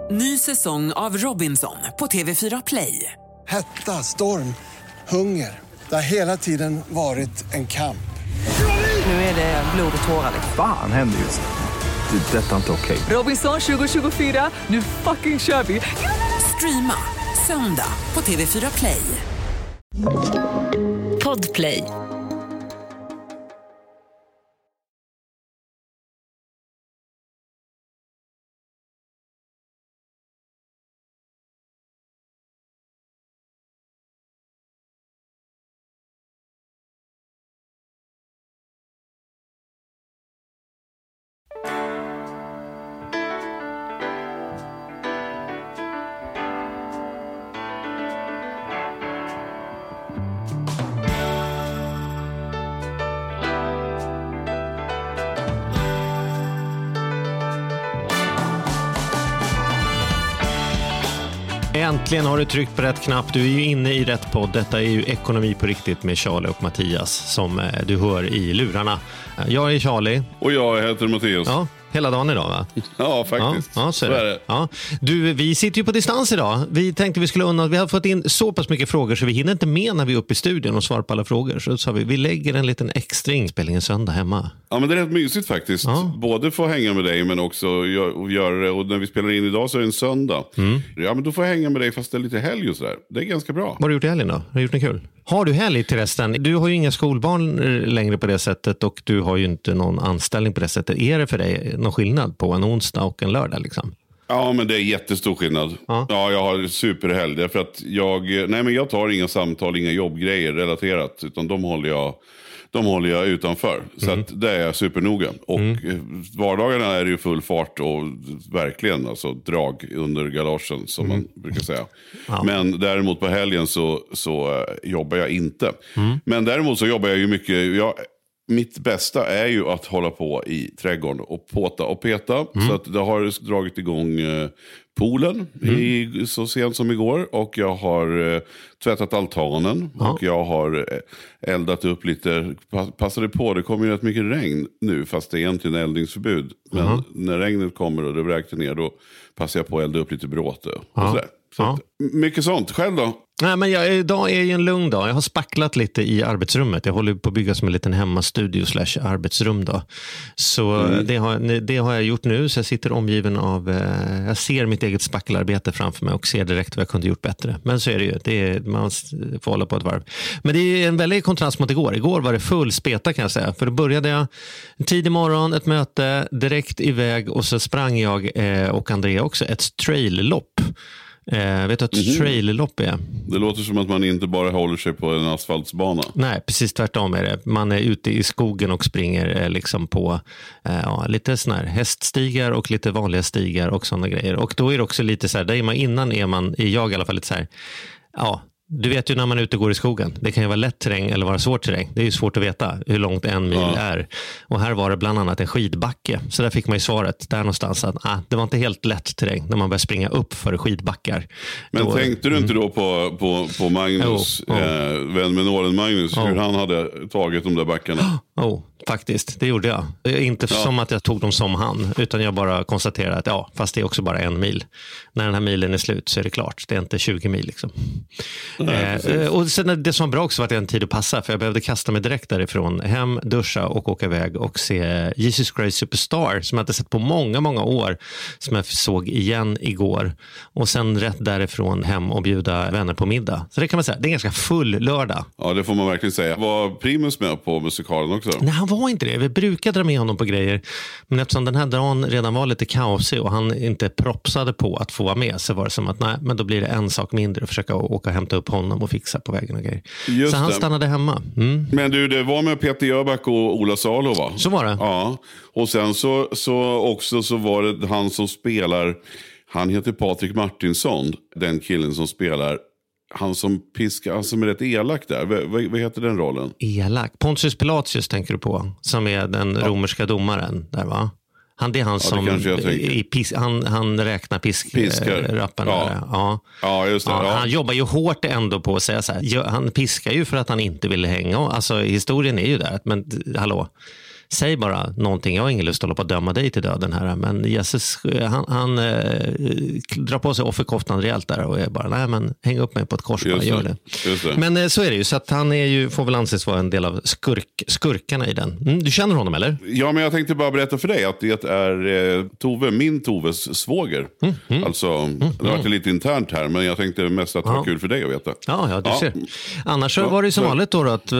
Ny säsong av Robinson på TV4 Play. Hetta, storm, hunger. Det har hela tiden varit en kamp. Nu är det blod och tårar. Fan händer just nu. Det är detta inte okej. Robinson 2024, nu fucking kör vi. Streama söndag på TV4 Play. Podplay. Äntligen har du tryckt på rätt knapp. Du är ju inne i rätt podd. Detta är ju Ekonomi på riktigt med Charlie och Mattias som du hör i lurarna. Jag är Charlie. Och jag heter Mattias. Ja, hela dagen idag va? Ja, faktiskt. Ja, så är det. Ja. Du, vi sitter ju på distans idag. Vi tänkte vi skulle unna. Vi har fått in så pass mycket frågor så vi hinner inte med när vi är uppe i studion och svarar på alla frågor. Så sa vi lägger en liten extra inspelning en söndag hemma. Ja, men det är rätt mysigt faktiskt. Ja. Både få hänga med dig men också göra det. Och när vi spelar in idag så är det en söndag. Ja, men då får jag hänga med dig fast det är lite helg och sådär. Det är ganska bra. Vad har du gjort i helgen då? Har du gjort något kul? Har du helg till resten? Du har ju inga skolbarn längre på det sättet och du har ju inte någon anställning på det sättet. Är det för dig någon skillnad på en onsdag och en lördag liksom? Ja, men det är jättestor skillnad. Ja, jag har superhelg. Därför att jag tar inga samtal, inga jobbgrejer relaterat. Utan de håller jag utanför. Så att det är jag supernoga. Och vardagarna är det ju full fart och verkligen alltså drag under galagen som man brukar säga. Ja. Men däremot på helgen så jobbar jag inte. Men däremot så jobbar jag ju mycket. Mitt bästa är ju att hålla på i trädgården och påta och peta. Så att det har dragit igång poolen så sent som igår. Och jag har tvättat altanen. Och jag har eldat upp lite. Passade på, det kommer ju rätt mycket regn nu. Fast det är egentligen eldningsförbud. Men när regnet kommer och det vräkte ner då passar jag på att elda upp lite bråte och sådär. Så att, mycket sånt. Själv då? Nej, men idag är ju en lugn dag. Jag har spacklat lite i arbetsrummet. Jag håller på att bygga som en liten hemmastudio / arbetsrum då. Så det har jag gjort nu. Så jag sitter omgiven av... jag ser mitt eget spackelarbete framför mig och ser direkt vad jag kunde gjort bättre. Men så är det ju. Man får hålla på ett varv. Men det är en väldigt kontrast mot igår. Igår var det full speta kan jag säga. För då började jag en tidig morgon, ett möte, direkt iväg och så sprang jag och Andrea också ett traillopp. Vet du att trailerlopp är? Det låter som att man inte bara håller sig på en asfaltsbana. Nej, precis tvärtom är det. Man är ute i skogen och springer liksom på lite sån här häststigar och lite vanliga stigar och sådana grejer. Och då är det också lite så här, där är jag i alla fall lite så här, du vet ju när man är ute och går i skogen. Det kan ju vara lätt terräng eller vara svår terräng. Det är ju svårt att veta hur långt en mil är. Och här var det bland annat en skidbacke. Så där fick man ju svaret där någonstans att det var inte helt lätt terräng när man började springa upp för skidbackar. Men tänkte du inte då på Magnus, vän med Nålen Magnus, hur han hade tagit de där backarna? Faktiskt, det gjorde jag. Inte som att jag tog dem som han, utan jag bara konstaterade att fast det är också bara 1 mil. När den här milen är slut så är det klart. Det är inte 20 mil liksom. Och sen det som var bra också var att det en tid att passa, för jag behövde kasta mig direkt därifrån, hem, duscha och åka iväg och se Jesus Christ Superstar som jag inte sett på många, många år, som jag såg igen igår. Och sen rätt därifrån hem och bjuda vänner på middag. Så det kan man säga, det är en ganska full lördag. Ja, det får man verkligen säga. Var Primus med på musikalen också? Nej, han var inte det. Vi brukar dra med honom på grejer. Men eftersom den här dagen redan var lite kaosig och han inte propsade på att få vara med, så var det som att nej, men då blir det en sak mindre att försöka åka och hämta upp honom och fixa på vägen och grejer. Så han stannade hemma. Men du, det var med Peter Jöback och Ola Salo, va? Så var det. Ja, och sen så var det han som spelar, han heter Patrik Martinsson, den killen som spelar, han som piskar, han som är rätt elak där. Vad heter den rollen? Elak? Pontius Pilatus tänker du på, som är den romerska domaren där, va? Det är han som han räknar piskrappen. Ja, just det. Ja. Han jobbar ju hårt ändå på att säga så här. Han piskar ju för att han inte ville hänga. Alltså historien är ju där. Men hallå, säg bara någonting, jag har ingen lust att hålla på att döma dig till döden här, men Jesus, han drar på sig offerkoftan rejält där och är bara, nej men häng upp mig på ett kors, bara gör det. Men så är det ju, så att han är ju, får väl anses vara en del av skurkarna i den. Du känner honom eller? Ja, men jag tänkte bara berätta för dig att det är Tove, min Toves svåger. Alltså, det har varit lite internt här, men jag tänkte mest att det var kul för dig att veta. Ja, du ser. Annars var det ju som vanligt då att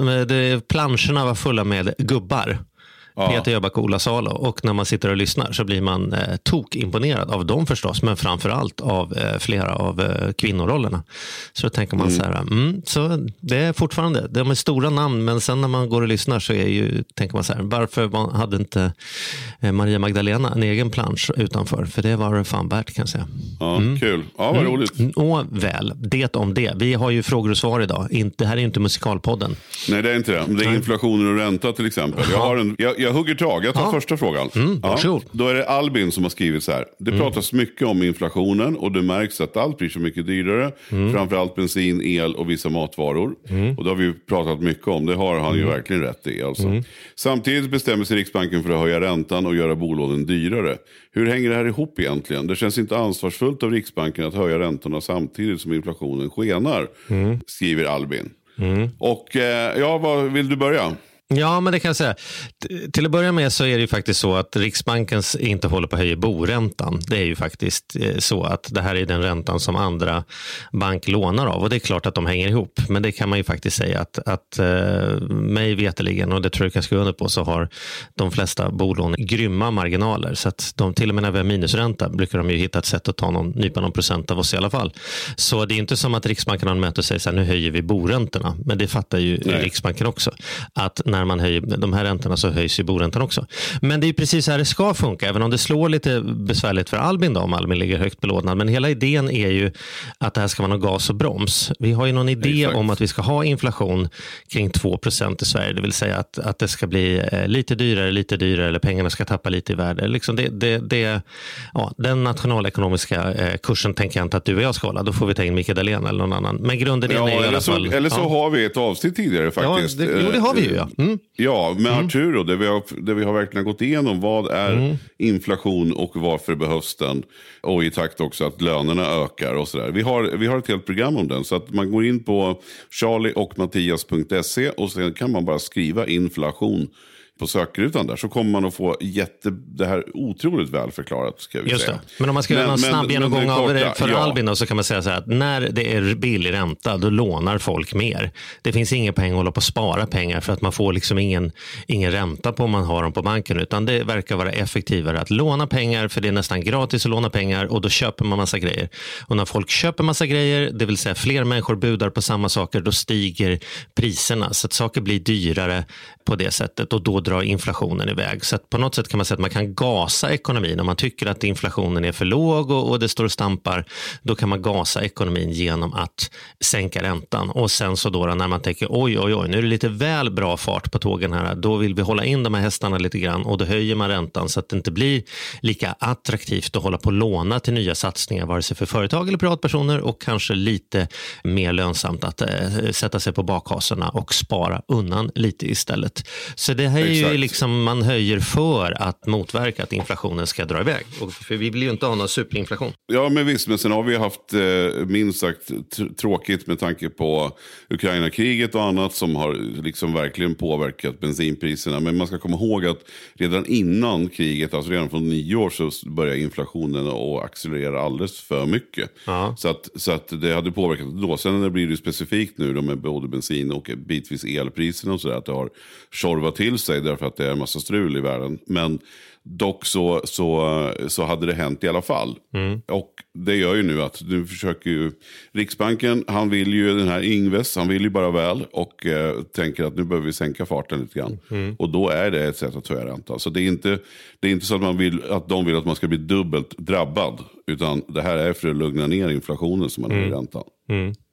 planscherna var fulla med gubbar. Peter Jöback och Ola Salo. Och när man sitter och lyssnar så blir man imponerad av dem förstås, men framförallt av flera av kvinnorollerna. Så då tänker man så här, så det är fortfarande, de är stora namn, men sen när man går och lyssnar så tänker man så här, varför hade inte Maria Magdalena en egen plansch utanför? För det var fan värt, kan jag säga. Ja, kul. Ja, vad roligt. Och väl, det om det. Vi har ju frågor och svar idag. Det här är ju inte musikalpodden. Nej, det är inte det. Det är inflationen och ränta till exempel. Jag hugger tag. Jag tar första frågan. Då är det Albin som har skrivit så här. Det pratas mycket om inflationen och det märks att allt blir så mycket dyrare. Framförallt bensin, el och vissa matvaror. Och det har vi pratat mycket om. Det har han ju verkligen rätt i. Alltså. Samtidigt bestämmer sig Riksbanken för att höja räntan och göra bolånen dyrare. Hur hänger det här ihop egentligen? Det känns inte ansvarsfullt av Riksbanken att höja räntorna samtidigt som inflationen skenar, skriver Albin. Och vad vill du börja? Ja, men det kan jag säga. Till att börja med så är det ju faktiskt så att Riksbanken inte håller på att höja boräntan. Det är ju faktiskt så att det här är den räntan som andra bank lånar av. Och det är klart att de hänger ihop. Men det kan man ju faktiskt säga att mig veteligen, och det tror jag kan skriva under på, så har de flesta bolån grymma marginaler. Så att till och med när vi har minusränta brukar de ju hitta ett sätt att ta någon procent av oss i alla fall. Så det är inte som att Riksbanken har möte och säger så här, nu höjer vi boräntorna. Men det fattar ju Riksbanken också. Att när man höjer de här räntorna så höjs ju boräntan också. Men det är ju precis så här det ska funka, även om det slår lite besvärligt för Albin då, om Albin ligger högt belånad. Men hela idén är ju att det här ska vara någon gas och broms. Vi har ju någon idé om att vi ska ha inflation kring 2% i Sverige. Det vill säga att det ska bli lite dyrare eller pengarna ska tappa lite i värde. Liksom den nationalekonomiska kursen tänker jag inte att du och jag ska hålla. Då får vi ta in Mikael Dahlén eller någon annan. Men grunden är i alla fall... Eller så har vi ett avsnitt tidigare faktiskt. Det har vi ju, ja. Ja, med Arturo, där vi har verkligen gått igenom vad är inflation och varför behövs den. Och i takt också att lönerna ökar och sådär. Vi har ett helt program om den, så att man går in på charlieochmattias.se och sen kan man bara skriva inflation på sökrutan där, så kommer man att få det här otroligt väl förklarat, ska vi säga. Men om man ska göra en snabb genomgång av det för Albin då, så kan man säga så här att när det är billig ränta, då lånar folk mer. Det finns ingen poäng att hålla på att spara pengar, för att man får liksom ingen ränta på om man har dem på banken, utan det verkar vara effektivare att låna pengar, för det är nästan gratis att låna pengar och då köper man massa grejer. Och när folk köper massa grejer, det vill säga fler människor budar på samma saker, då stiger priserna, så att saker blir dyrare på det sättet, och då drar inflationen iväg. Så att på något sätt kan man säga att man kan gasa ekonomin. Om man tycker att inflationen är för låg och det står och stampar, då kan man gasa ekonomin genom att sänka räntan. Och sen så då när man tänker oj, nu är det lite väl bra fart på tågen här, då vill vi hålla in de här hästarna lite grann, och då höjer man räntan så att det inte blir lika attraktivt att hålla på att låna till nya satsningar, vare sig för företag eller privatpersoner, och kanske lite mer lönsamt att sätta sig på bakhasorna och spara undan lite istället. Så det här är ju liksom, man höjer för att motverka att inflationen ska dra iväg. Och för vi vill ju inte ha någon superinflation. Ja, men visst, men sen har vi haft minst sagt tråkigt med tanke på Ukraina-kriget och annat som har liksom verkligen påverkat bensinpriserna. Men man ska komma ihåg att redan innan kriget, alltså redan från 9 år, så började inflationen att accelerera alldeles för mycket. Så att det hade påverkat då. Sen blir det specifikt nu då med både bensin och bitvis elpriserna och sådär, att det har tjorvat till sig därför att det är en massa strul i världen. Men dock så hade det hänt i alla fall. Och det gör ju nu att nu försöker ju Riksbanken, han vill ju den här Ingves, han vill ju bara väl och tänker att nu behöver vi sänka farten lite grann. Och då är det ett sätt att höja räntan. Så det är inte så att de vill att man ska bli dubbelt drabbad, utan det här är för att lugna ner inflationen som man har i räntan.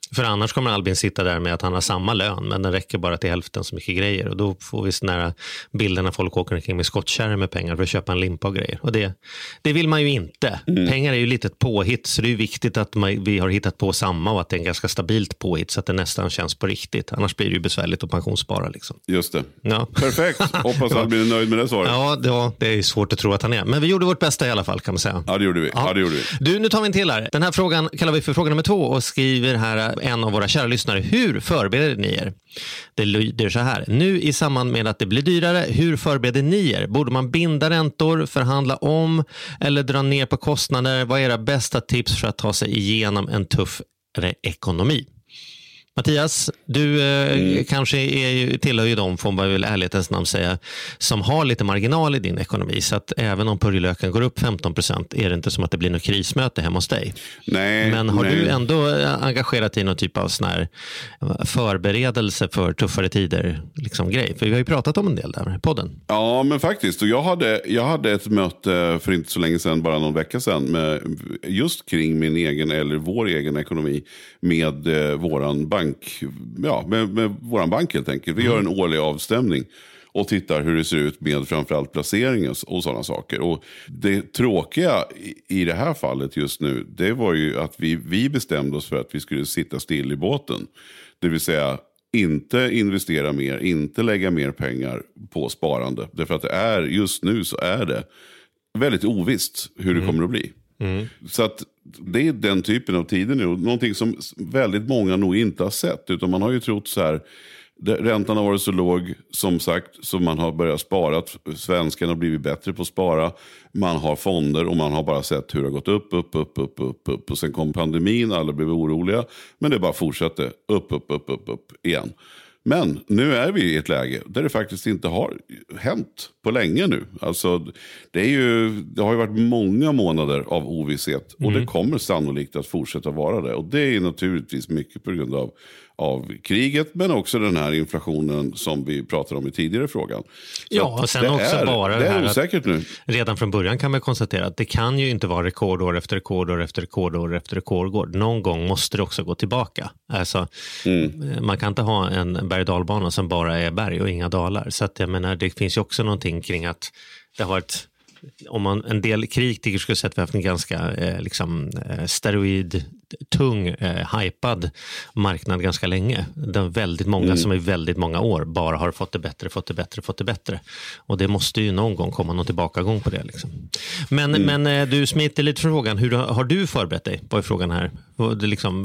För annars kommer Albin sitta där med att han har samma lön, men den räcker bara till hälften så mycket grejer. Och då får vi såna här bilder när folk åker omkring med skottkärror med pengar för att köpa en limpa och grejer. Och det vill man ju inte. Pengar är ju lite ett påhitt, så det är viktigt att vi har hittat på samma och att det är en ganska stabilt påhitt så att det nästan känns på riktigt. Annars blir det ju besvärligt att pensionsspara. Liksom. Just det. Ja. Perfekt. Hoppas Albin är nöjd med det svaret. Ja, det är svårt att tro att han är. Men vi gjorde vårt bästa i alla fall, kan man säga. Ja, det gjorde vi. Ja. Det gjorde vi. Du, nu tar vi en till här. Den här frågan kallar vi för fråga nummer 2 och skriver här en av våra kära lyssnare. Hur förbereder ni er? Det lyder så här. Nu i samband med att det blir dyrare, hur förbereder ni er? Borde man binda räntor, förhandla om eller dra ner på kostnader? Vad är era bästa tips för att ta sig igenom en tuffare ekonomi? Mattias, du kanske tillhör ju dem, får man väl ärlighetens namn säga, som har lite marginal i din ekonomi. Så att även om purjolöken går upp 15% är det inte som att det blir något krismöte hemma hos dig. Nej. Men har du ändå engagerat dig i någon typ av sån här förberedelse för tuffare tider liksom grej? För vi har ju pratat om en del där i podden. Ja, men faktiskt. Och jag hade ett möte för inte så länge sedan, bara någon vecka sedan, med just kring min egen eller vår egen ekonomi med våran bank. Ja, med våran bank helt enkelt. Vi gör en årlig avstämning och tittar hur det ser ut med framförallt placeringar och sådana saker. Och det tråkiga i det här fallet just nu, det var ju att vi bestämde oss för att vi skulle sitta still i båten. Det vill säga inte investera mer, inte lägga mer pengar på sparande. Därför att just nu så är det väldigt ovisst hur det kommer att bli. Så att det är den typen av tider nu. Någonting som väldigt många nog inte har sett. Utan man har ju trott så här. Räntan har varit så låg, som sagt, så man har börjat spara. Svenskarna har blivit bättre på att spara. Man har fonder och man har bara sett hur det har gått upp. Och sen kom pandemin, alla blev oroliga. Men det bara fortsatte upp igen. Men nu är vi i ett läge där det faktiskt inte har hänt på länge nu. Alltså, det har ju varit många månader av ovisshet och det kommer sannolikt att fortsätta vara det. Och det är naturligtvis mycket på grund av kriget, men också den här inflationen som vi pratade om i tidigare frågan. Ja, och sen också bara det är osäkert nu. Redan från början kan man konstatera att det kan ju inte vara rekordår efter rekordår efter rekordår efter rekordår. Någon gång måste det också gå tillbaka. Alltså, man kan inte ha en berg- och dalbana som bara är berg och inga dalar. Så att jag menar, det finns ju också någonting kring att det har varit, om en del kritiker skulle säga att vi har haft en ganska steroid-tung, hypad marknad ganska länge. Det är väldigt många som i väldigt många år bara har fått det bättre. Och det måste ju någon gång komma någon tillbakagång på det. Liksom. Men du smiter lite från frågan. Hur har du förberett dig? Vad är frågan här? Det liksom,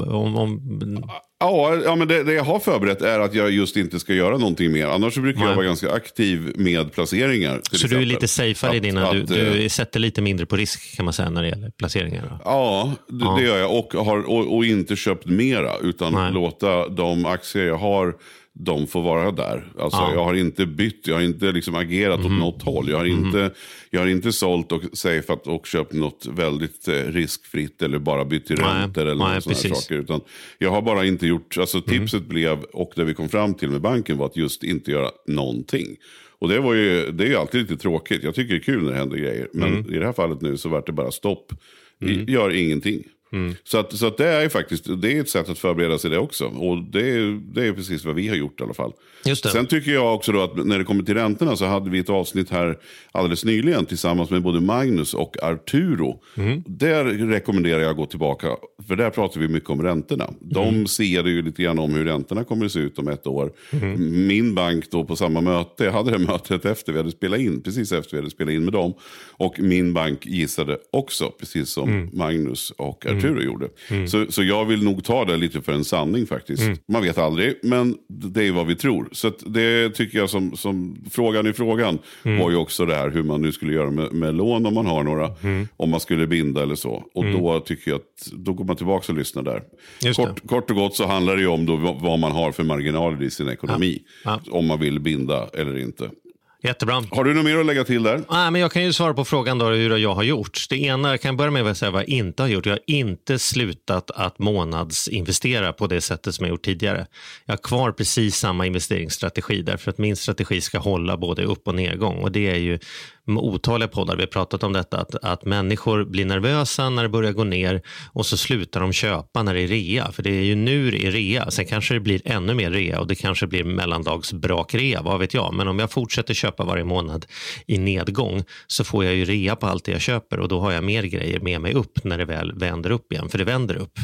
Ja, men det jag har förberett är att jag just inte ska göra någonting mer. Annars så brukar jag vara ganska aktiv med placeringar. Så exempel. Du är lite safeare i dina, du sätter lite mindre på risk kan man säga när det gäller placeringar? Då. Ja, det gör jag. Och inte köpt mera utan låta de aktier jag har, de får vara där. Alltså, jag har inte bytt, jag har inte liksom agerat åt något håll. Jag har inte sålt och safeat och köpt något väldigt riskfritt eller bara bytt till räntor eller sådana saker. Utan jag har bara inte gjort, alltså tipset blev, och det vi kom fram till med banken var att just inte göra någonting. Och det är ju alltid lite tråkigt. Jag tycker det är kul när det händer grejer. Men i det här fallet nu så var det bara stopp. Gör ingenting. Så att det är faktiskt, det är ett sätt att förbereda sig det också. Och det är precis vad vi har gjort i alla fall. Just det. Sen tycker jag också då att när det kommer till räntorna så hade vi ett avsnitt här alldeles nyligen tillsammans med både Magnus och Arturo. Där rekommenderar jag att gå tillbaka, för där pratar vi mycket om räntorna. De ser ju lite grann om hur räntorna kommer att se ut om ett år. Min bank då på samma möte, jag hade det mötet efter vi hade spelat in, precis efter vi hade spelat in med dem. Och min bank gissade också, precis som Magnus och Arturo gjorde. Så jag vill nog ta det lite för en sanning faktiskt. Man vet aldrig, men det är vad vi tror. Så att det tycker jag som frågan i frågan var ju också det här hur man nu skulle göra med lån om man har några. Om man skulle binda eller så. Och då tycker jag att då går man tillbaka och lyssnar där. Kort och gott så handlar det ju om då vad man har för marginaler i sin ekonomi. Om man vill binda eller inte. Jättebra. Har du något mer att lägga till där? Nej, men jag kan ju svara på frågan då hur jag har gjort. Det ena, jag kan börja med att säga vad jag inte har gjort. Jag har inte slutat att månadsinvestera på det sättet som jag gjort tidigare. Jag har kvar precis samma investeringsstrategi därför att min strategi ska hålla både upp- och nedgång. Och det är ju med otaliga poddar, vi har pratat om detta, att människor blir nervösa när det börjar gå ner och så slutar de köpa när det är rea. För det är ju nu det är rea. Sen kanske det blir ännu mer rea och det kanske blir mellandagsbrak rea, vad vet jag. Men om jag fortsätter köpa varje månad i nedgång så får jag ju rea på allt det jag köper och då har jag mer grejer med mig upp när det väl vänder upp igen, för det vänder upp.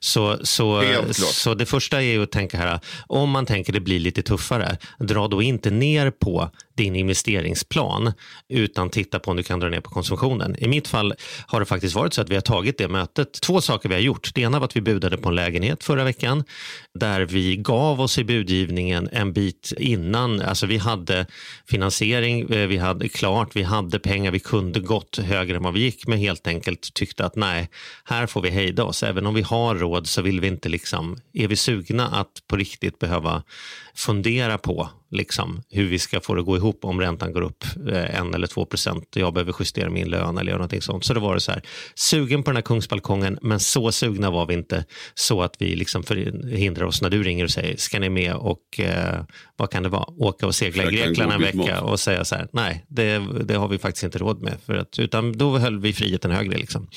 Så det första är ju att tänka här, om man tänker det blir lite tuffare, dra då inte ner på din investeringsplan utan titta på om du kan dra ner på konsumtionen. I mitt fall har det faktiskt varit så att vi har tagit det mötet. 2 saker vi har gjort. Det ena var att vi budade på en lägenhet förra veckan där vi gav oss i budgivningen en bit innan. Alltså vi hade finansiering, vi hade pengar, vi kunde gått högre än vad vi gick, men helt enkelt tyckte att nej, här får vi hejda oss. Även om vi har råd så vill vi inte är vi sugna att på riktigt behöva fundera på hur vi ska få det att gå ihop om räntan går upp 1 eller 2%. Jag behöver justera min lön eller göra någonting sånt. Så det var det så här, sugen på den här Kungsbalkongen, men så sugna var vi inte så att vi förhindrar oss när du ringer och säger, ska ni med och vad kan det vara? Åka och segla i Grekland en vecka och säga så här, nej, det har vi faktiskt inte råd med. Utan då höll vi friheten högre.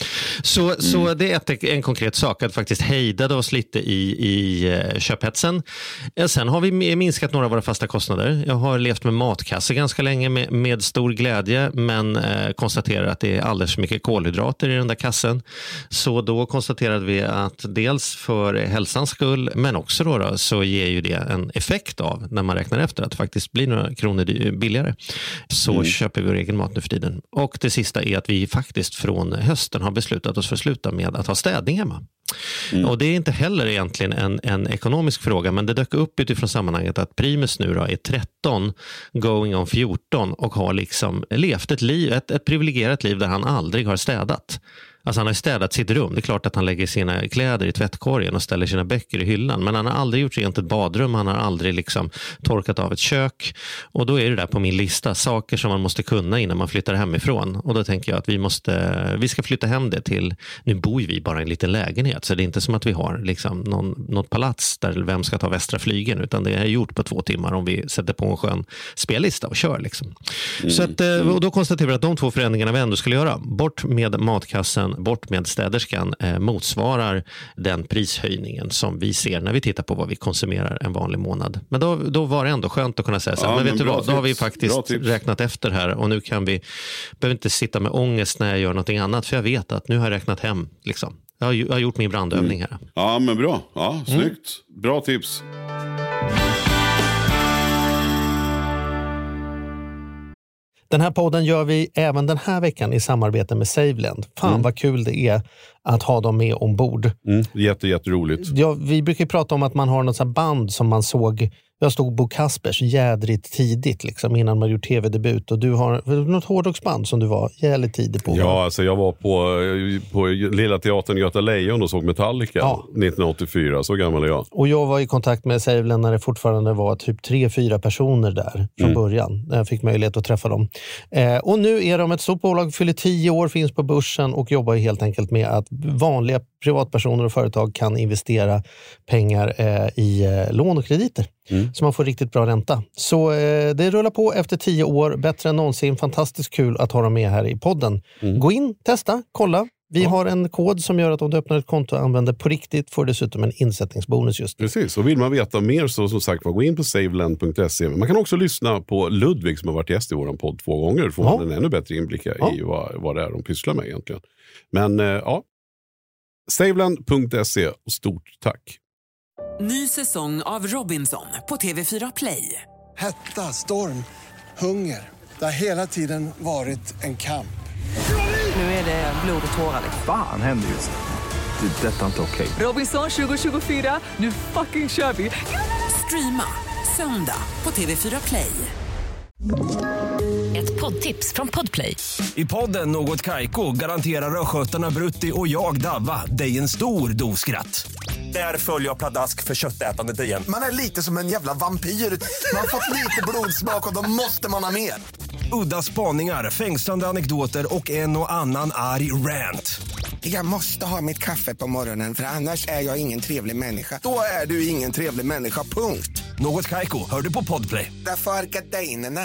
Så det är en konkret sak att faktiskt hejdade oss lite i köphetsen. Sen har vi minskat några av våra fasta kostnader. Jag har levt med matkasse ganska länge med stor glädje, men konstaterar att det är alldeles för mycket kolhydrater i den där kassen. Så då konstaterade vi att dels för hälsans skull, men också då så ger ju det en effekt av när man räknar efter att det faktiskt blir några kronor billigare. Så köper vi vår egen mat nu för tiden. Och det sista är att vi faktiskt från hösten har beslutat oss för att sluta med att ha städning hemma. Och det är inte heller egentligen en ekonomisk fråga, men det dök upp utifrån sammanhanget att Primus nu då är 13 going on 14 och har levt ett privilegierat liv där han aldrig har städat. Alltså han har städat sitt rum. Det är klart att han lägger sina kläder i tvättkorgen och ställer sina böcker i hyllan. Men han har aldrig gjort rent ett badrum. Han har aldrig torkat av ett kök. Och då är det där på min lista. Saker som man måste kunna innan man flyttar hemifrån. Och då tänker jag att vi ska flytta hem det till... Nu bor vi bara i en liten lägenhet. Så det är inte som att vi har något palats där vem ska ta Västra flygen. Utan det är gjort på 2 timmar om vi sätter på en skön spellista och kör. Så att, och då konstaterar vi att de 2 förändringarna vi ändå skulle göra. Bort med matkassen, bort med städerskan motsvarar den prishöjningen som vi ser när vi tittar på vad vi konsumerar en vanlig månad. Men då var det ändå skönt att kunna säga så här, men vet du vad, då har vi faktiskt räknat efter här och nu behöver inte sitta med ångest när jag gör någonting annat, för jag vet att nu har jag räknat hem. Jag har gjort min brandövning här. Ja, men bra. Ja, snyggt. Bra tips. Den här podden gör vi även den här veckan i samarbete med SaveLend. Fan vad kul det är att ha dem med ombord. Jätteroligt. Ja, vi brukar prata om att man har något sånt band som man såg. Jag stod Bo Kaspers jädrigt tidigt innan man gjorde tv-debut. Och du har något hårdrocksband som du var jävligt tidig på. Ja, alltså jag var på Lilla Teatern Göta Lejon och såg Metallica 1984. Så gammal är jag. Och jag var i kontakt med SaveLend när det fortfarande var typ 3-4 personer där från början. När jag fick möjlighet att träffa dem. Och nu är de ett stort bolag, fyller 10 år, finns på börsen och jobbar helt enkelt med att vanliga privatpersoner och företag kan investera pengar i lån och krediter. Så man får riktigt bra ränta. Så det rullar på efter 10 år. Bättre än någonsin. Fantastiskt kul att ha dem med här i podden. Gå in, testa, kolla. Vi har en kod som gör att om du öppnar ett konto och använder på riktigt får du dessutom en insättningsbonus just nu. Precis, och vill man veta mer så som sagt gå in på saveland.se. Man kan också lyssna på Ludvig som har varit gäst i vår podd 2 gånger. Får man en ännu bättre inblick i vad det är de pysslar med egentligen. Men saveland.se och stort tack. Ny säsong av Robinson på TV4 Play. Hetta, storm, hunger. Det har hela tiden varit en kamp. Nu är det blod och tårar. Fan händer just det. Det är detta inte okej. Robinson 2024, nu fucking kör vi. Streama söndag på TV4 Play. Ett poddtips från Podplay. I podden Något Kaiko garanterar röskötarna Brutti och jag Davva dig en stor doskratt. Där följer jag pladask för köttätandet igen. Man är lite som en jävla vampyr. Man har fått lite blodsmak och då måste man ha mer. Udda spaningar, fängslande anekdoter och en och annan arg rant. Jag måste ha mitt kaffe på morgonen för annars är jag ingen trevlig människa. Då är du ingen trevlig människa, punkt. Något Kaiko, hör du på Podplay. Därför är gardinerna.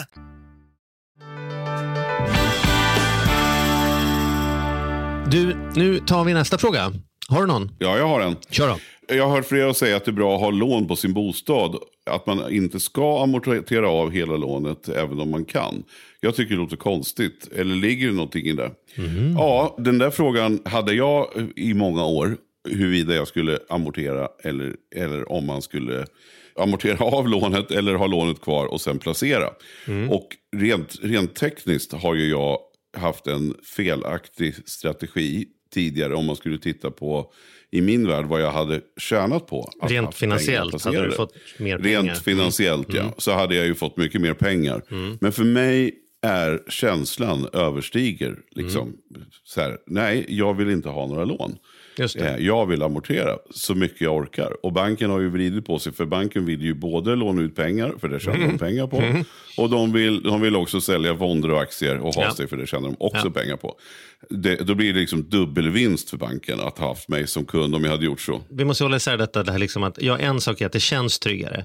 Du, nu tar vi nästa fråga. Har du någon? Ja, jag har en. Kör då. Jag har hört flera säga att det är bra att ha lån på sin bostad. Att man inte ska amortera av hela lånet även om man kan. Jag tycker det låter konstigt. Eller ligger det någonting i det? Mm. Ja, den där frågan hade jag i många år. Huruvida jag skulle amortera eller om man skulle amortera av lånet eller ha lånet kvar och sen placera. Mm. Och rent tekniskt har ju jag haft en felaktig strategi tidigare om man skulle titta på i min värld vad jag hade tjänat på. Rent finansiellt hade du fått mer pengar. Rent finansiellt, ja. Så hade jag ju fått mycket mer pengar. Mm. Men för mig är känslan överstiger. Liksom, så här, nej, jag vill inte ha några lån. Just det. Jag vill amortera så mycket jag orkar. Och banken har ju vridit på sig. För banken vill ju både låna ut pengar, för det tjänar de pengar på. Och de vill också sälja fonder och aktier och ha sig, för det tjänar de också pengar på. Då blir det liksom dubbelvinst för banken att ha haft mig som kund om jag hade gjort så. Vi måste hålla isär det här liksom att, ja, en sak är att det känns tryggare.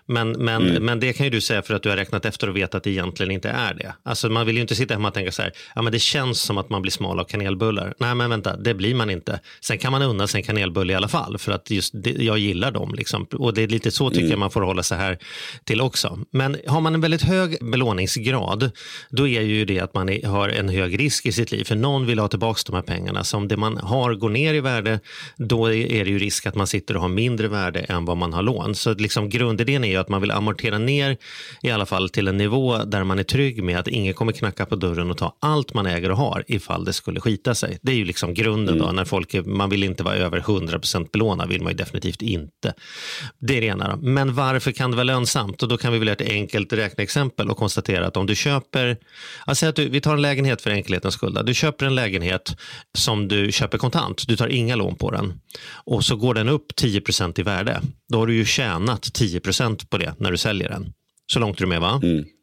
Men det kan ju du säga för att du har räknat efter och vet att det egentligen inte är det. Alltså man vill ju inte sitta hemma och tänka så här, ja men det känns som att man blir smal av kanelbullar. Nej men vänta, det blir man inte. Sen kan man unna sig en kanelbulle i alla fall för att just jag gillar dem liksom. Och det är lite så tycker jag man får hålla sig här till också. Men har man en väldigt hög belåningsgrad, då är ju det att man har en hög risk i sitt liv. För någon vill ha tillbaka de här pengarna. Så om det man har går ner i värde, då är det ju risk att man sitter och har mindre värde än vad man har lån. Så liksom grundidén är ju att man vill amortera ner i alla fall till en nivå där man är trygg med att ingen kommer knacka på dörren och ta allt man äger och har ifall det skulle skita sig. Det är ju liksom grunden då. När man vill inte vara över 100% belånad, vill man ju definitivt inte. Det är det ena då. Men varför kan det vara lönsamt? Och då kan vi väl göra ett enkelt räkneexempel och konstatera att om du köper, alltså att vi tar en lägenhet för enkelhetens skull. Du köper en lägenhet som du köper kontant. Du tar inga lån på den. Och så går den upp 10% i värde. Då har du ju tjänat 10% på det när du säljer den. Så långt är du med, va?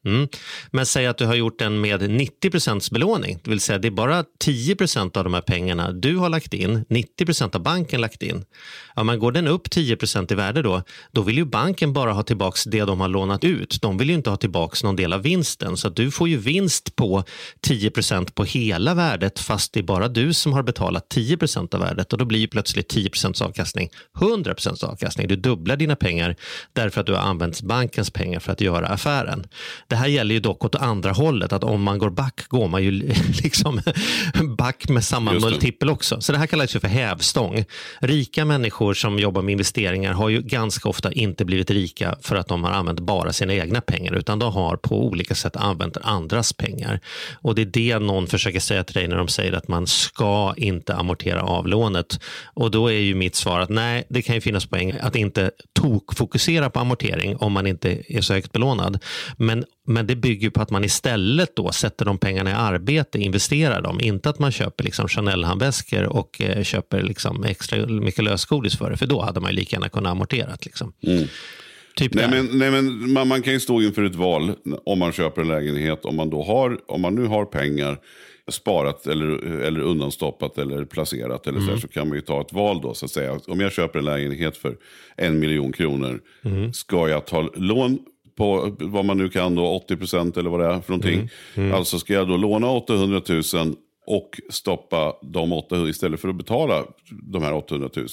Men säg att du har gjort den med 90% belåning. Det vill säga det är bara 10% av de här pengarna du har lagt in. 90% av banken lagt in. Ja, men går den upp 10% i värde då vill ju banken bara ha tillbaks det de har lånat ut. De vill ju inte ha tillbaks någon del av vinsten. Så att du får ju vinst på 10% på hela värdet, fast det är bara du som har betalat 10% av värdet. Och då blir ju plötsligt 10% avkastning 100% avkastning. Du dubblar dina pengar därför att du har använt bankens pengar för att göra affären. Det här gäller ju dock åt andra hållet, att om man går back går man ju liksom back med samma multipel också. Så det här kallas ju för hävstång. Rika människor som jobbar med investeringar har ju ganska ofta inte blivit rika för att de har använt bara sina egna pengar, utan de har på olika sätt använt andras pengar. Och det är det någon försöker säga till dig när de säger att man ska inte amortera av lånet. Och då är ju mitt svar att nej, det kan ju finnas poäng att inte fokusera på amortering om man inte är så högt belånad. Men det bygger på att man istället då sätter de pengarna i arbete, investerar dem. Inte att man köper liksom Chanel-handväskor och köper liksom extra mycket lösgodis för det. För då hade man ju lika gärna kunnat amortera. Liksom. Typ nej, men man kan ju stå inför ett val om man köper en lägenhet. Om man nu har pengar sparat eller undanstoppat eller placerat eller så kan man ju ta ett val då, så att säga. Om jag köper en lägenhet för 1 miljon kronor, ska jag ta lån på vad man nu kan då, 80% eller vad det är för någonting. Alltså ska jag då låna 800 000 och stoppa de 800 istället för att betala de här 800 000,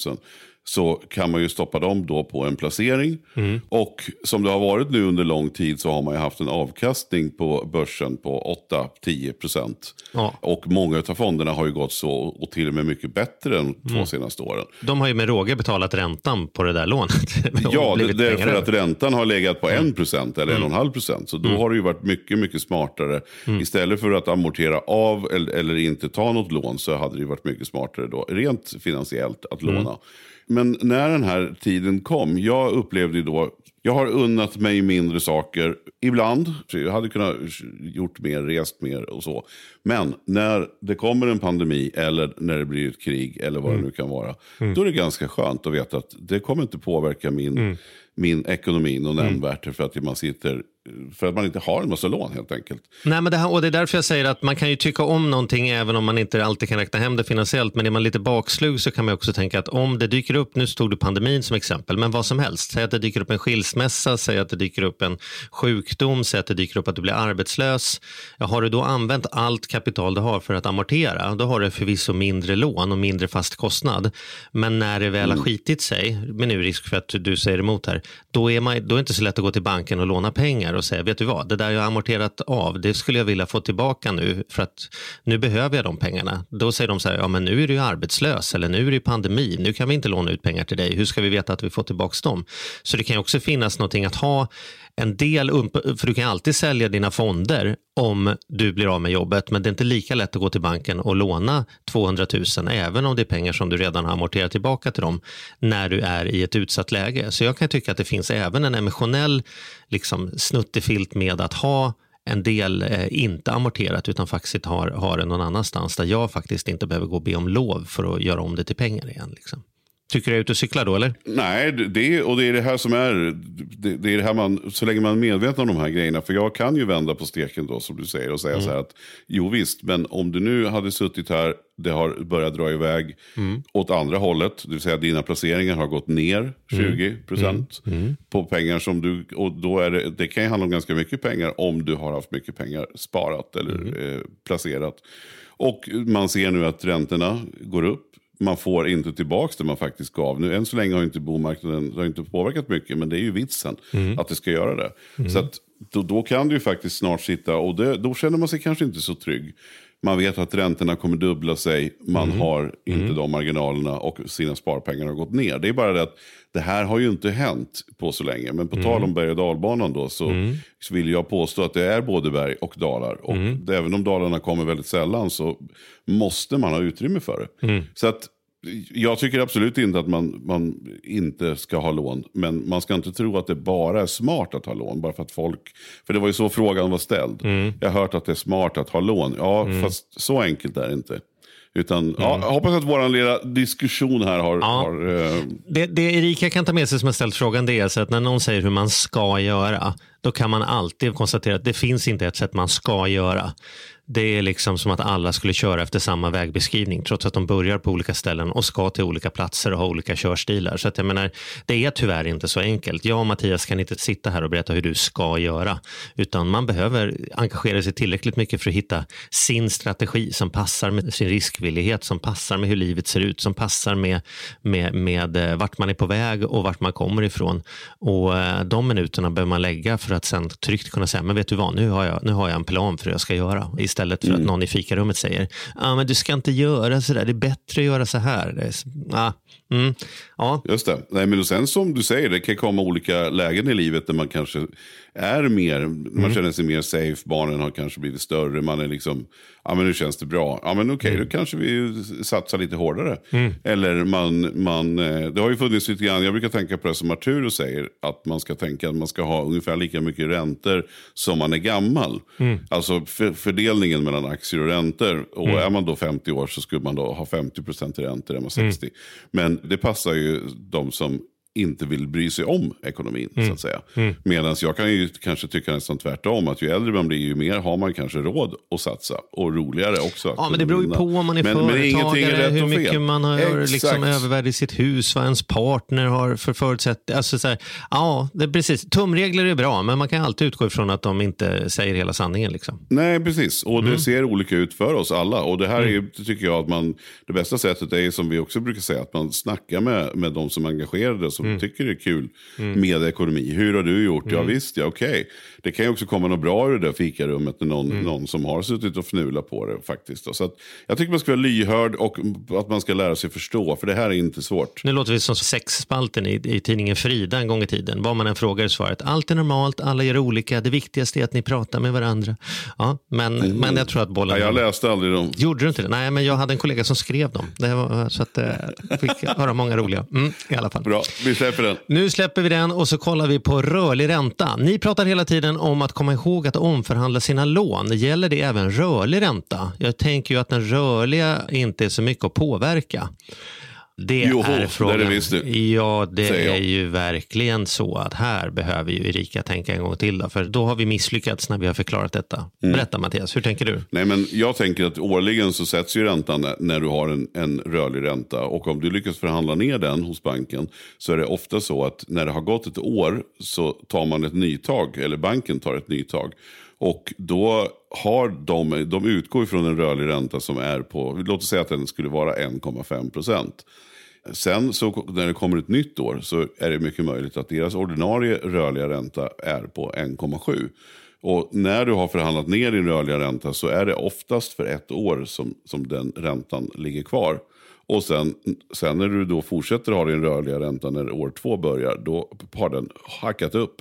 så kan man ju stoppa dem då på en placering. Och som det har varit nu under lång tid så har man ju haft en avkastning på börsen på 8-10%. Ja. Och många av fonderna har ju gått så, och till och med mycket bättre än de 2 senaste åren. De har ju med råge betalat räntan på det där lånet. Ja, det är för att räntan har legat på 1% eller 1,5%. Så då har det ju varit mycket, mycket smartare. Istället för att amortera av eller inte ta något lån, så hade det ju varit mycket smartare då, rent finansiellt, att låna. Men när den här tiden kom, jag upplevde ju då Jag har unnat mig mindre saker. Ibland. Jag hade kunnat gjort mer, rest mer och så. Men när det kommer en pandemi eller när det blir ett krig eller vad det nu kan vara. Då är det ganska skönt att veta att det kommer inte påverka min ekonomi och nämnvärt för att man inte har en massa lån helt enkelt. Nej, men det är därför jag säger att man kan ju tycka om någonting även om man inte alltid kan räkna hem det finansiellt. Men är man lite bakslug så kan man också tänka att om det dyker upp, nu stod du pandemin som exempel, men vad som helst. Säg att det dyker upp en skilsmässa, säg att det dyker upp en sjukdom, säg att det dyker upp att du blir arbetslös. Har du då använt allt kapital du har för att amortera, då har du förvisso mindre lån och mindre fast kostnad. Men när det väl har skitit sig, med nu risk för att du säger emot här, då är det inte så lätt att gå till banken och låna pengar och säga, vet du vad, det där jag har amorterat av, det skulle jag vilja få tillbaka nu för att nu behöver jag de pengarna. Då säger de så här, ja men nu är du ju arbetslös eller nu är det ju pandemi, nu kan vi inte låna ut pengar till dig, hur ska vi veta att vi får tillbaka dem? Så det kan ju också finnas någonting att ha en del, för du kan alltid sälja dina fonder om du blir av med jobbet, men det är inte lika lätt att gå till banken och låna 200 000 även om det är pengar som du redan har amorterat tillbaka till dem när du är i ett utsatt läge. Så jag kan tycka att det finns även en emotionell liksom, snuttefilt med att ha en del inte amorterat utan faktiskt har det någon annanstans där jag faktiskt inte behöver gå och be om lov för att göra om det till pengar igen liksom. Tycker du är ute och cyklar då, eller? Nej, det är det här som är... Det är det här man... Så länge man är medveten om de här grejerna. För jag kan ju vända på steken då, som du säger. Och säga så här att... Jo visst, men om du nu hade suttit här... Det har börjat dra iväg åt andra hållet. Det vill säga att dina placeringar har gått ner 20% på pengar som du... Och då är det kan ju handla om ganska mycket pengar om du har haft mycket pengar sparat eller placerat. Och man ser nu att räntorna går upp. Man får inte tillbaka det man faktiskt gav. Nu, än så länge har inte bomarknaden har inte påverkat mycket, men det är ju vitsen att det ska göra det. Så att, då kan du ju faktiskt snart sitta och då känner man sig kanske inte så trygg. Man vet att räntorna kommer dubbla sig, man har inte de marginalerna och sina sparpengar har gått ner. Det är bara det att det här har ju inte hänt på så länge. Men på tal om berg- och dalbanan då så vill jag påstå att det är både berg och dalar. Och även om dalarna kommer väldigt sällan så måste man ha utrymme för det. Så att jag tycker absolut inte att man inte ska ha lån. Men man ska inte tro att det bara är smart att ha lån. Bara för att för det var ju så frågan var ställd. Jag har hört att det är smart att ha lån. Ja, fast så enkelt är det inte. Utan jag hoppas att vår lilla diskussion här har Det Erika kan ta med sig som har ställt frågan, det är så att när någon säger hur man ska göra, då kan man alltid konstatera att det finns inte ett sätt man ska göra. Det är liksom som att alla skulle köra efter samma vägbeskrivning trots att de börjar på olika ställen och ska till olika platser och ha olika körstilar. Så att jag menar, det är tyvärr inte så enkelt. Jag och Mattias kan inte sitta här och berätta hur du ska göra, utan man behöver engagera sig tillräckligt mycket för att hitta sin strategi som passar med sin riskvillighet, som passar med hur livet ser ut, som passar med vart man är på väg och vart man kommer ifrån. Och de minuterna behöver man lägga för att sen tryggt kunna säga, men vet du vad, nu har jag en plan för hur jag ska göra. Istället för att någon i fikarummet säger, men du ska inte göra så där, det är bättre att göra så här. Ja. Just det. Nej, men sen som du säger, det kan komma olika lägen i livet där man kanske är mer, man känner sig mer safe, barnen har kanske blivit större, man är liksom, men nu känns det bra. Ja, men okej, då kanske vi satsar lite hårdare. Eller man det har ju funnits lite grann, jag brukar tänka på det som Arturo säger, att man ska tänka att man ska ha ungefär lika mycket räntor som man är gammal. Alltså fördelningen mellan aktier och räntor. Och är man då 50 år så skulle man då ha 50% i räntor, är man 60. Men det passar ju de som inte vill bry sig om ekonomin så att säga. Medan jag kan ju kanske tycka nästan tvärtom, att ju äldre man blir ju mer har man kanske råd att satsa och roligare också. Ja, men det beror ju på om man är företagare, hur mycket man har liksom övervärde i sitt hus, vad ens partner har för förutsättningar. Alltså så här, det är precis. Tumregler är bra, men man kan alltid utgå ifrån att de inte säger hela sanningen liksom. Nej, precis. Och det ser olika ut för oss alla. Och det här är, tycker jag, att det bästa sättet är, som vi också brukar säga, att man snackar med de som är engagerade, som tycker det är kul med ekonomi. Hur har du gjort? Ja visst, ja okej. Det kan ju också komma något bra ur det där fikarummet när någon som har suttit och fnulat på det faktiskt. Då. Så att jag tycker man ska vara lyhörd och att man ska lära sig förstå, för det här är inte svårt. Nu låter vi som sexspalten i tidningen Frida en gång i tiden. Vad man än frågar svaret. Allt är normalt, alla gör olika. Det viktigaste är att ni pratar med varandra. Ja, men jag tror att bollen... Ja, jag läste aldrig dem. Gjorde du inte det? Nej, men jag hade en kollega som skrev dem. Det var, så att fick höra många roliga. I alla fall. Bra. Vi släpper den. Nu släpper vi den och så kollar vi på rörlig ränta. Ni pratar hela tiden om att komma ihåg att omförhandla sina lån. Gäller det även rörlig ränta? Jag tänker ju att den rörliga inte är så mycket att påverka. Det är frågan. Det är det visst du. Ja, det är ju verkligen så att här behöver ju Erika tänka en gång till då, för då har vi misslyckats när vi har förklarat detta. Berätta Mattias, hur tänker du? Nej, men jag tänker att årligen så sätts ju räntan när du har en rörlig ränta, och om du lyckas förhandla ner den hos banken så är det ofta så att när det har gått ett år så tar man ett nytag, eller banken tar ett nytag. Och då har de utgår från en rörlig ränta som är på, låt oss säga att den skulle vara 1,5%. Sen så när det kommer ett nytt år så är det mycket möjligt att deras ordinarie rörliga ränta är på 1,7. Och när du har förhandlat ner din rörliga ränta så är det oftast för ett år som den räntan ligger kvar. Och sen när du då fortsätter ha din rörliga ränta när år 2 börjar, då har den hackat upp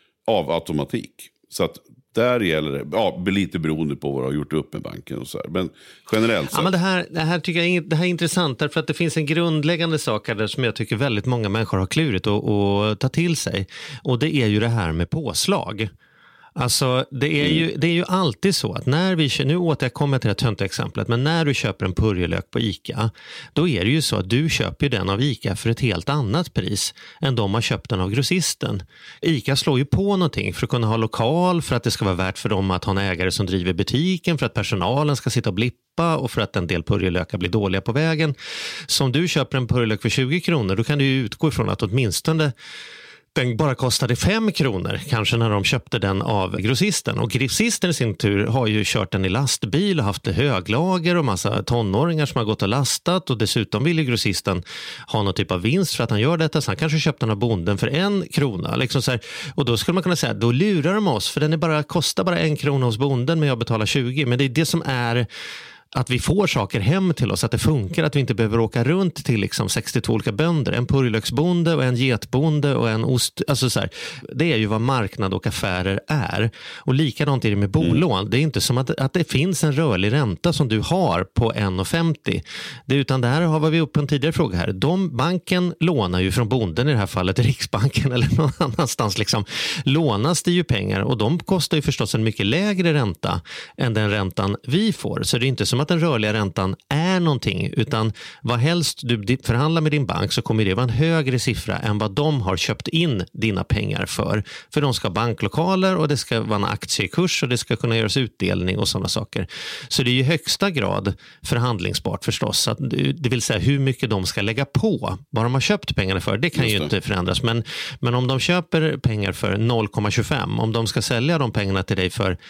av automatik. Så att där gäller det, lite beroende på vad du har gjort upp med banken och så här. Men generellt så. Ja, men det här tycker jag det här är intressant därför att det finns en grundläggande sak där som jag tycker väldigt många människor har klurigt att ta till sig. Och det är ju det här med påslag. Alltså det är ju alltid så att när vi, nu återkommer till det tönta exemplet, men när du köper en purjolök på ICA, då är det ju så att du köper den av ICA för ett helt annat pris än de har köpt den av grossisten. ICA slår ju på någonting för att kunna ha lokal, för att det ska vara värt för dem att ha en ägare som driver butiken, för att personalen ska sitta och blippa och för att en del purjolökar blir dåliga på vägen. Så om du köper en purjolök för 20 kronor, då kan du ju utgå ifrån att åtminstone den bara kostade 5 kronor kanske när de köpte den av grossisten. Och grossisten i sin tur har ju kört den i lastbil och haft höglager och massa tonåringar som har gått och lastat. Och dessutom vill ju grossisten ha någon typ av vinst för att han gör detta. Så han kanske köpte den av bonden för 1 krona. Liksom så här. Och då skulle man kunna säga, då lurar de oss. För den kostar bara 1 krona hos bonden men jag betalar 20. Men det är det som är att vi får saker hem till oss, att det funkar, att vi inte behöver åka runt till liksom 62 olika bönder, en purjolöksbonde och en getbonde och en ost, alltså så här, det är ju vad marknad och affärer är. Och likadant är det med bolån. Det är inte som att det finns en rörlig ränta som du har på 1,50. Utan det här har vi upp på en tidigare fråga här. Banken lånar ju från bonden, i det här fallet Riksbanken eller någon annanstans liksom, lånas det ju pengar och de kostar ju förstås en mycket lägre ränta än den räntan vi får. Så det är inte som att den rörliga räntan är någonting, utan vad helst du förhandlar med din bank så kommer det vara en högre siffra än vad de har köpt in dina pengar för. För de ska ha banklokaler och det ska vara en aktiekurs och det ska kunna göras utdelning och sådana saker. Så det är ju i högsta grad förhandlingsbart förstås. Att, det vill säga hur mycket de ska lägga på vad de har köpt pengarna för. Det kan ju inte förändras. Men om de köper pengar för 0,25, om de ska sälja de pengarna till dig för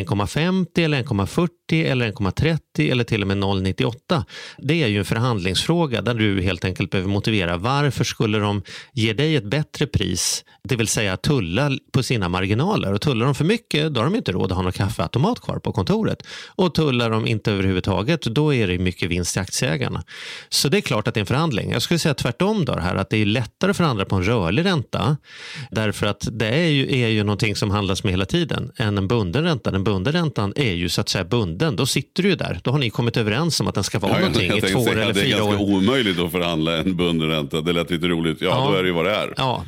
1,50 eller 1,40 eller 1,30 eller till och med 0,98. Det är ju en förhandlingsfråga där du helt enkelt behöver motivera varför skulle de ge dig ett bättre pris, det vill säga tulla på sina marginaler. Och tullar de för mycket, då har de inte råd att ha någon kaffeautomat kvar på kontoret. Och tullar de inte överhuvudtaget, då är det mycket vinst till aktieägarna. Så det är klart att det är en förhandling. Jag skulle säga tvärtom då här, att det är lättare att förhandla på en rörlig ränta därför att det är ju någonting som handlas med hela tiden än en bunden ränta. Den bunden räntan är ju så att säga bunden. Då sitter du ju där. Då har ni kommit överens om att den ska vara någonting i 2 år eller 4 år. Det är ganska omöjligt att förhandla en bunden ränta. Det lät lite roligt. Ja, då är det ju vad det är. Ja.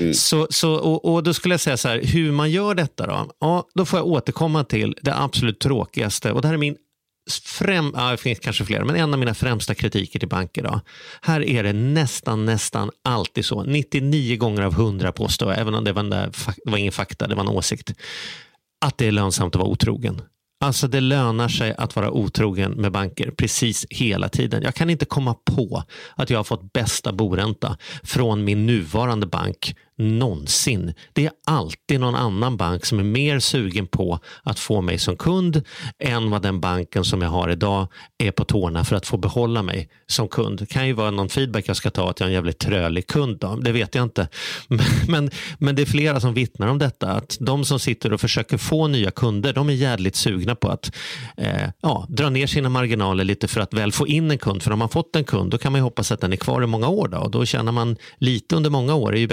Och då skulle jag säga så här, hur man gör detta då? Ja, då får jag återkomma till det absolut tråkigaste. Och det här är min det finns kanske fler, men en av mina främsta kritiker till banker då. Här är det nästan alltid så. 99 gånger av 100 påstår jag, även om det var ingen fakta, det var en åsikt. Att det är lönsamt att vara otrogen. Alltså det lönar sig att vara otrogen med banker precis hela tiden. Jag kan inte komma på att jag har fått bästa boränta från min nuvarande bank någonsin. Det är alltid någon annan bank som är mer sugen på att få mig som kund än vad den banken som jag har idag är på tårna för att få behålla mig som kund. Det kan ju vara någon feedback jag ska ta att jag är en jävligt trölig kund då. Det vet jag inte. Men det är flera som vittnar om detta, att de som sitter och försöker få nya kunder, de är jävligt sugna på att dra ner sina marginaler lite för att väl få in en kund. För om man fått en kund, då kan man ju hoppas att den är kvar i många år då. Och då tjänar man lite under många år, är ju bättre än att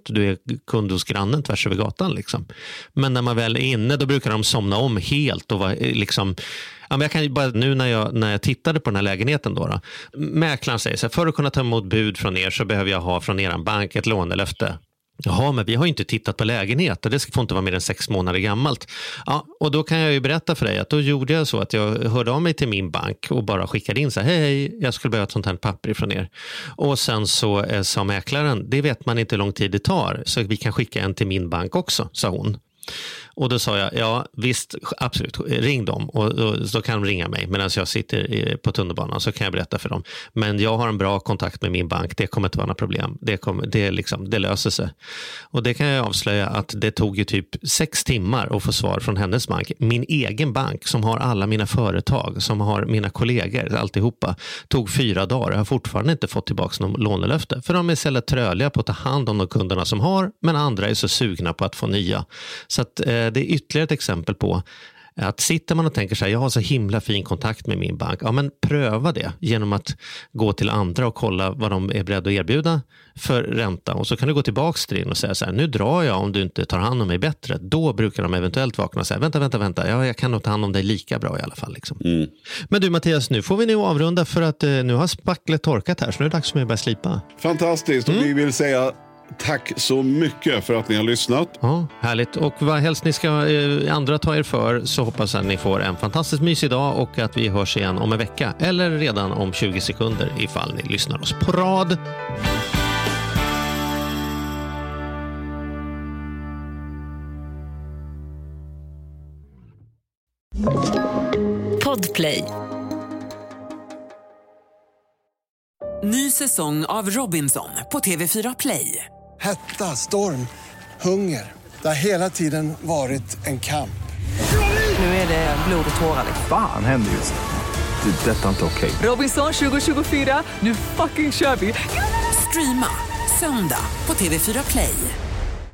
Du är kund hos grannen tvärs över gatan. Liksom. Men när man väl är inne, då brukar de somna om helt och vara liksom... Ja, men jag kan ju bara, nu när jag tittade på den här lägenheten då. Mäklaren säger så här, för att kunna ta emot bud från er så behöver jag ha från er bank ett lånelöfte. Jaha, men vi har ju inte tittat på lägenhet och det får inte vara mer än 6 månader gammalt. Ja, och då kan jag ju berätta för dig att då gjorde jag så att jag hörde av mig till min bank och bara skickade in så här, hej, jag skulle behöva ett sånt här papper från er. Och sen så sa mäklaren, det vet man inte hur lång tid det tar, så vi kan skicka en till min bank också, sa hon. Och då sa jag, ja visst, absolut, ring dem och då kan de ringa mig medan jag sitter på tunnelbanan, så kan jag berätta för dem. Men jag har en bra kontakt med min bank, det kommer inte vara några problem. Det löser sig. Och det kan jag avslöja att det tog ju typ 6 timmar att få svar från hennes bank. Min egen bank som har alla mina företag, som har mina kollegor, alltihopa, tog 4 dagar. Jag har fortfarande inte fått tillbaka någon lånelöfte. För de är istället tröliga på att ta hand om de kunderna som har, men andra är så sugna på att få nya. Så att det är ytterligare ett exempel på att sitter man och tänker så här, jag har så himla fin kontakt med min bank. Ja, men pröva det genom att gå till andra och kolla vad de är beredda att erbjuda för ränta. Och så kan du gå tillbaka till din och säga så här, nu drar jag om du inte tar hand om mig bättre. Då brukar de eventuellt vakna och säga, vänta. Ja, jag kan nog ta hand om dig lika bra i alla fall. Liksom. Men du Mattias, nu får vi nu avrunda för att nu har spacklet torkat här. Så nu är det dags för mig att börja slipa. Fantastiskt, och vi vill säga... Tack så mycket för att ni har lyssnat. Ja, härligt. Och vad helst ni ska andra ta er för, så hoppas jag att ni får en fantastiskt mysig dag och att vi hörs igen om en vecka eller redan om 20 sekunder ifall ni lyssnar oss på rad. Podplay. Ny säsong av Robinson på TV4 Play. Hetta, storm, hunger. Det har hela tiden varit en kamp. Nu är det blod och tårar. Fan händer just det. Det är detta inte okej. Robinson 2024, nu fucking kör vi. Streama söndag på TV4 Play.